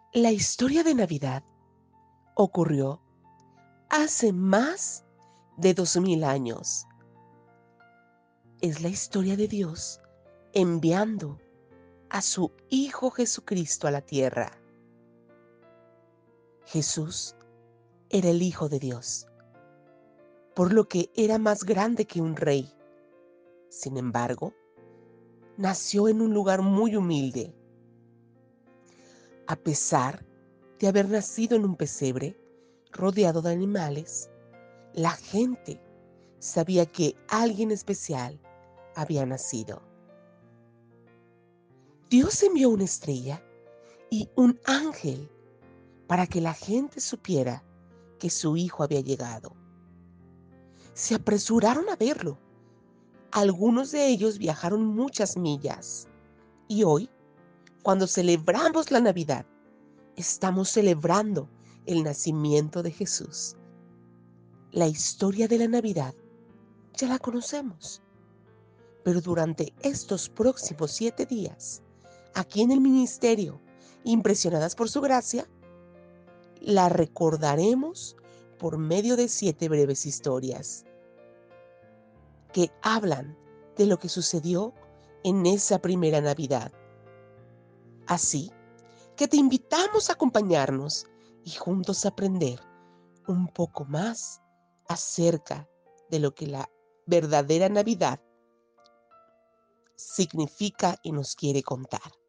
La historia de Navidad ocurrió hace más de 2000 años. Es la historia de Dios enviando a su Hijo Jesucristo a la tierra. Jesús era el Hijo de Dios, por lo que era más grande que un rey. Sin embargo, nació en un lugar muy humilde. A pesar de haber nacido en un pesebre rodeado de animales, la gente sabía que alguien especial había nacido. Dios envió una estrella y un ángel para que la gente supiera que su hijo había llegado. Se apresuraron a verlo. Algunos de ellos viajaron muchas millas. Y hoy, cuando celebramos la Navidad, estamos celebrando el nacimiento de Jesús. La historia de la Navidad ya la conocemos, pero durante estos próximos 7 días, aquí en el ministerio, impresionadas por su gracia, la recordaremos por medio de 7 breves historias que hablan de lo que sucedió en esa primera Navidad. Así que te invitamos a acompañarnos y juntos aprender un poco más acerca de lo que la verdadera Navidad significa y nos quiere contar.